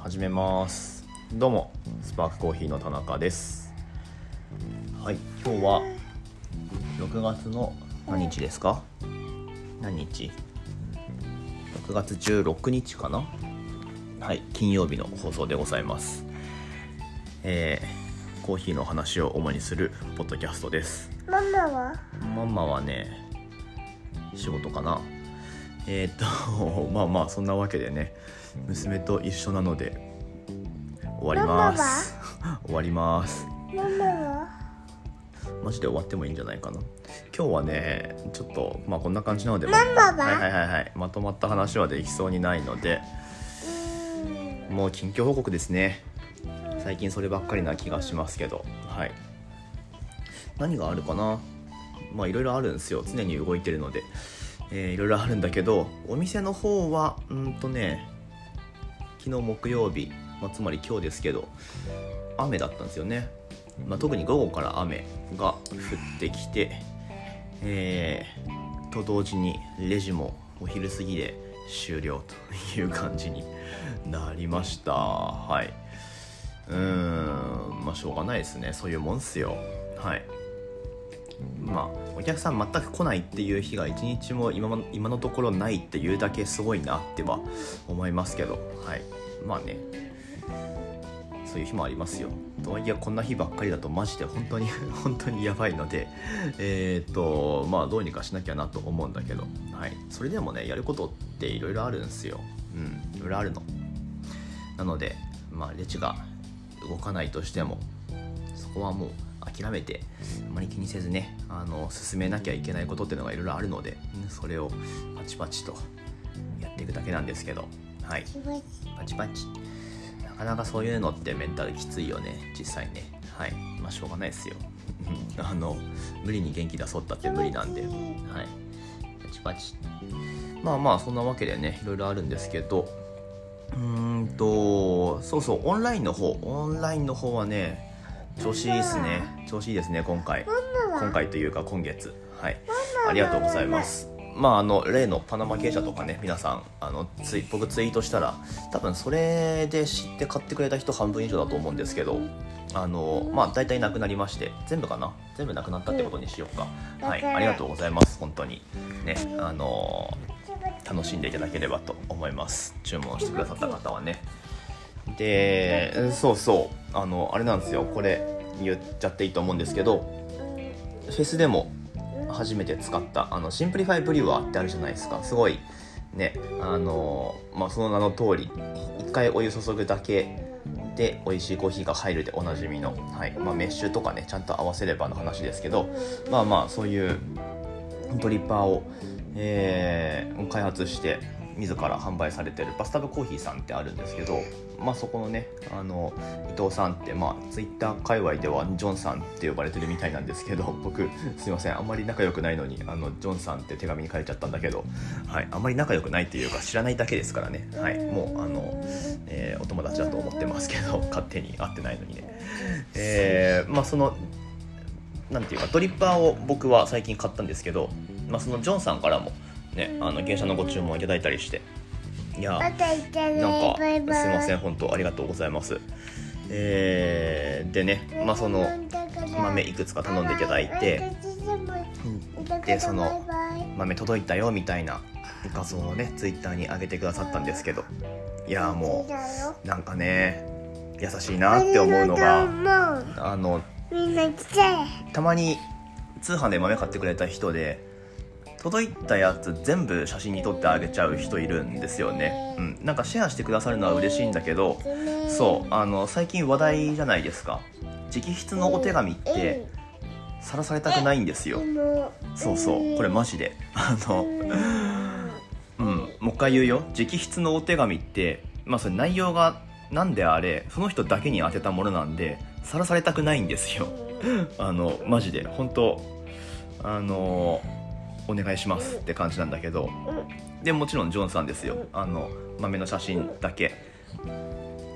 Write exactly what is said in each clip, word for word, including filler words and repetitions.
始めます。どうもスパークコーヒーの田中です。はい、今日はろくがつの何日ですか？何日？ろくがつじゅうろくにちかな。はい、金曜日の放送でございます。えー、コーヒーの話を主にするポッドキャストです。 ママは？ ママはね、仕事かな。えー、っとまあまあそんなわけでね、娘と一緒なので終わります終わります。 ママは？ マジで終わってもいいんじゃないかな。今日はねちょっとまあこんな感じなので、 ママは？ はいはいはいはい、まとまった話はできそうにないので、もう近況報告ですね。最近そればっかりな気がしますけど、はい、何があるかな。まあいろいろあるんですよ。常に動いてるので、えー、いろいろあるんだけど、お店の方はうんとね昨日木曜日、まあ、つまり今日ですけど雨だったんですよね。まあ、特に午後から雨が降ってきて、えー、と同時にレジもお昼過ぎで終了という感じになりました。はい、うーんまあしょうがないですね。そういうもんっすよ。はい、まあお客さん全く来ないっていう日が一日も 今, 今のところないっていうだけすごいなっては思いますけど、はい、まあねそういう日もありますよ。とはいえこんな日ばっかりだとマジで本当に本当にやばいので、えー、っとまあどうにかしなきゃなと思うんだけど、はい、それでもねやることっていろいろあるんですよ。うんいろいろあるの。なのでまあレジが動かないとしてもそこはもう諦めてあまり気にせずね、あの進めなきゃいけないことっていうのがいろいろあるので、それをパチパチとやっていくだけなんですけど、はい、パチパチなかなかそういうのってメンタルきついよね実際ね。はい、まあしょうがないですよあの無理に元気出そうったって無理なんで、はい、パチパチ。まあまあそんなわけでねいろいろあるんですけど、うーんとそうそうオンラインの方オンラインの方はね調子いいですね。調子いいですね今回今回というか今月、はい、ありがとうございます。まああの例のパナマ芸者とかね、皆さんあのツイ僕ツイートしたら多分それで知って買ってくれた人半分以上だと思うんですけど、あのまあ大体なくなりまして、全部かな全部なくなったってことにしようか。はい、ありがとうございます。本当にね、あの楽しんでいただければと思います。注文してくださった方はね。でそうそうあのあれなんですよ、これ言っちゃっていいと思うんですけど、フェスでも初めて使ったあのシンプリファイブリュワーってあるじゃないですか。すごいね、あのまあその名の通り一回お湯注ぐだけで美味しいコーヒーが入るでおなじみの、はいまあ、メッシュとかねちゃんと合わせればの話ですけど、まあまあそういうドリッパーを、えー、開発して自ら販売されてるバスタブコーヒーさんってあるんですけど、まあそこのねあの伊藤さんってまあツイッター界隈ではジョンさんって呼ばれてるみたいなんですけど、僕すいませんあんまり仲良くないのにあのジョンさんって手紙に書いちゃったんだけど、はい、あんまり仲良くないっていうか知らないだけですからね、はい、もうあの、えー、お友達だと思ってますけど勝手に会ってないのにね、えー、まあそのなんていうかドリッパーを僕は最近買ったんですけど、まあそのジョンさんからもね、あの芸者のご注文いただいたりして、いやなんかすいません本当ありがとうございます。えー、でねまあその豆いくつか頼んでいただいて、でその豆届いたよみたいな画像をねツイッターに上げてくださったんですけど、いやもうなんかね優しいなって思うのが、あのたまに通販で豆買ってくれた人で届いたやつ全部写真に撮ってあげちゃう人いるんですよね、うん、なんかシェアしてくださるのは嬉しいんだけど、そうあの最近話題じゃないですか。直筆のお手紙ってさらされたくないんですよ。そうそうこれマジであのうんもう一回言うよ、直筆のお手紙ってまあそれ内容がなんであれその人だけに当てたものなんでさらされたくないんですよあのマジで本当あのお願いしますって感じなんだけど、でもちろんジョンさんですよ、あの豆の写真だけ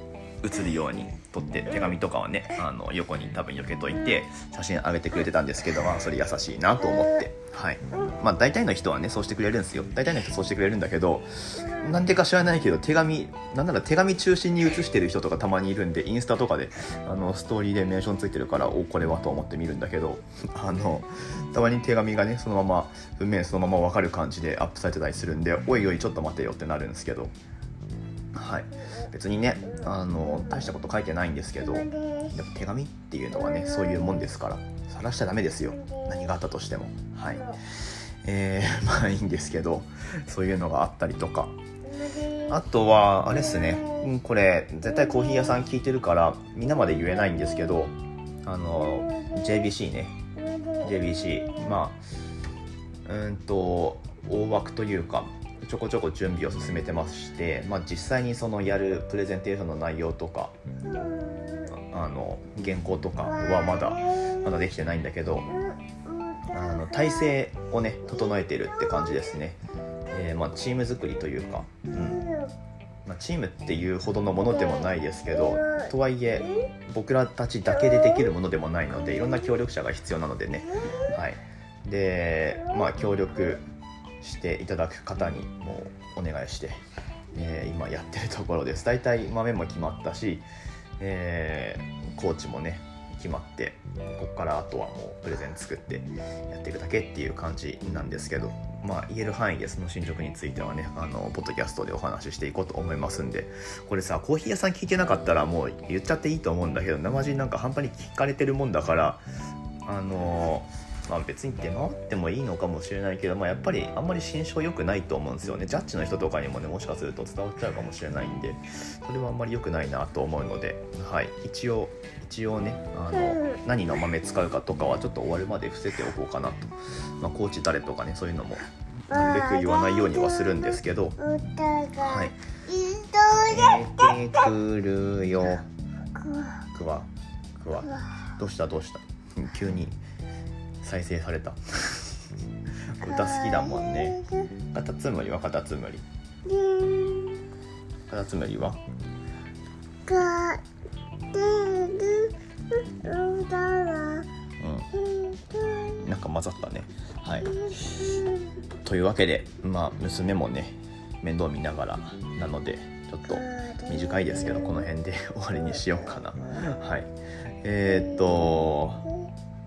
写るように撮って、手紙とかはねあの横に多分避けといて写真上げてくれてたんですけど、まあそれ優しいなと思って、はい、まあ大体の人はねそうしてくれるんですよ。大体の人そうしてくれるんだけど、なんでか知らないけど手紙なんなら手紙中心に写してる人とかたまにいるんで、インスタとかであのストーリーでメンションついてるから、おこれはと思って見るんだけど、あのたまに手紙がねそのまま文面そのまま分かる感じでアップされてたりするんで、おいおいちょっと待てよってなるんですけど、はい、別にねあの大したこと書いてないんですけど、やっぱ手紙っていうのはねそういうもんですから、晒しちゃダメですよ、何があったとしても。はい、えー、まあいいんですけど、そういうのがあったりとか、あとはあれですね、これ絶対コーヒー屋さん聞いてるからみんなまで言えないんですけど、あの ジェイビーシー ね ジェイビーシー まあうんと大枠というかちょこちょこ準備を進めてまして、まあ、実際にそのやるプレゼンテーションの内容とかあの原稿とかはまだまだできてないんだけど、あの体制をね整えてるって感じですね。えーまあ、チーム作りというか、うんまあ、チームっていうほどのものでもないですけど、とはいえ僕らたちだけでできるものでもないので、いろんな協力者が必要なのでね、はい、でまあ協力していただく方にもうお願いして、えー、今やってるところです。だいたい豆も決まったし、えー、コーチもね決まって、ここからあとはもうプレゼン作ってやっていくだけっていう感じなんですけど、まあ言える範囲でその進捗についてはねあのポッドキャストでお話ししていこうと思いますんで、これさコーヒー屋さん聞いてなかったらもう言っちゃっていいと思うんだけど、生地なんか半端に聞かれてるもんだから、あのーまあ、別に出回ってもいいのかもしれないけど、まあ、やっぱりあんまり心象良くないと思うんですよね。ジャッジの人とかにもねもしかすると伝わっちゃうかもしれないんで、それはあんまり良くないなと思うので、はい、一応一応ねあの何の豆使うかとかはちょっと終わるまで伏せておこうかなと、まあ、コーチ誰とかねそういうのもなるべく言わないようにはするんですけど、はい、出てくるよくわくわどうしたどうした急に再生された歌好きだもんね。カタツムリはカタツムリカタツムリはうんなんか混ざったね。はい、というわけでまあ娘もね面倒見ながらなのでちょっと短いですけどこの辺で終わりにしようかな。はい、えー、っと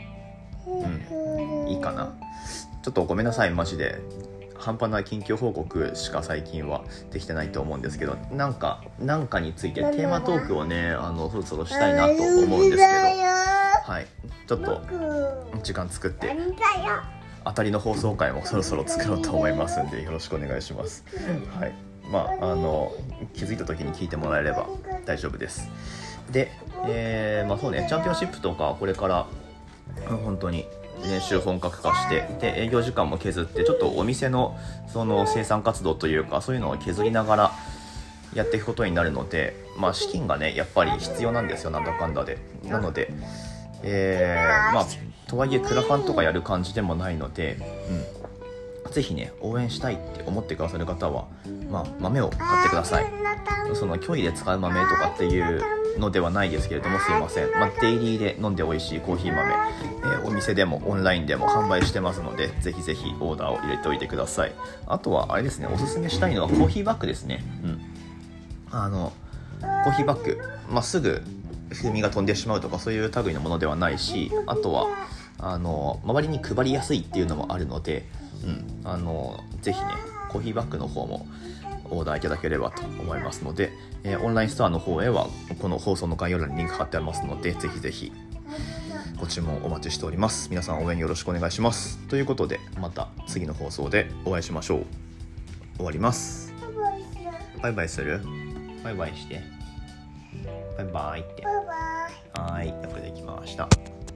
うんいいかな。ちょっとごめんなさいマジで半端な近況報告しか最近はできてないと思うんですけど、なんかなんかについてテーマトークをねあのそろそろしたいなと思うんですけど、はい、ちょっと時間作って当たりの放送回もそろそろ作ろうと思いますんでよろしくお願いします。はい、まああの気づいた時に聞いてもらえれば大丈夫です。で、えー、まあそうねチャンピオンシップとかこれから本当に練習本格化して、で営業時間も削って、ちょっとお店のその生産活動というかそういうのを削りながらやっていくことになるので、まあ資金がねやっぱり必要なんですよ、なんだかんだで。なので、えー、まあとはいえクラファンとかやる感じでもないので、うん、ぜひね応援したいって思ってくださる方は、まあ、豆を買ってください。その虚偽で使う豆とかっていうのではないですけれども、すいません、まあ、デイリーで飲んで美味しいコーヒー豆、えー、お店でもオンラインでも販売してますので、ぜひぜひオーダーを入れておいてください。あとはあれですね、おすすめしたいのはコーヒーバッグですね。うんあのコーヒーバッグ、まあ、すぐ風味が飛んでしまうとかそういう類のものではないし、あとはあの周りに配りやすいっていうのもあるので、うん、あのぜひねコーヒーバッグの方もオーダーいただければと思いますので、えー、オンラインストアの方へはこの放送の概要欄にリンク貼ってありますので、ぜひぜひご注文お待ちしております。皆さん応援よろしくお願いします。ということでまた次の放送でお会いしましょう。終わります。バイバイする？バイバイして。バイバイって。バイバイ。はい、よくできました。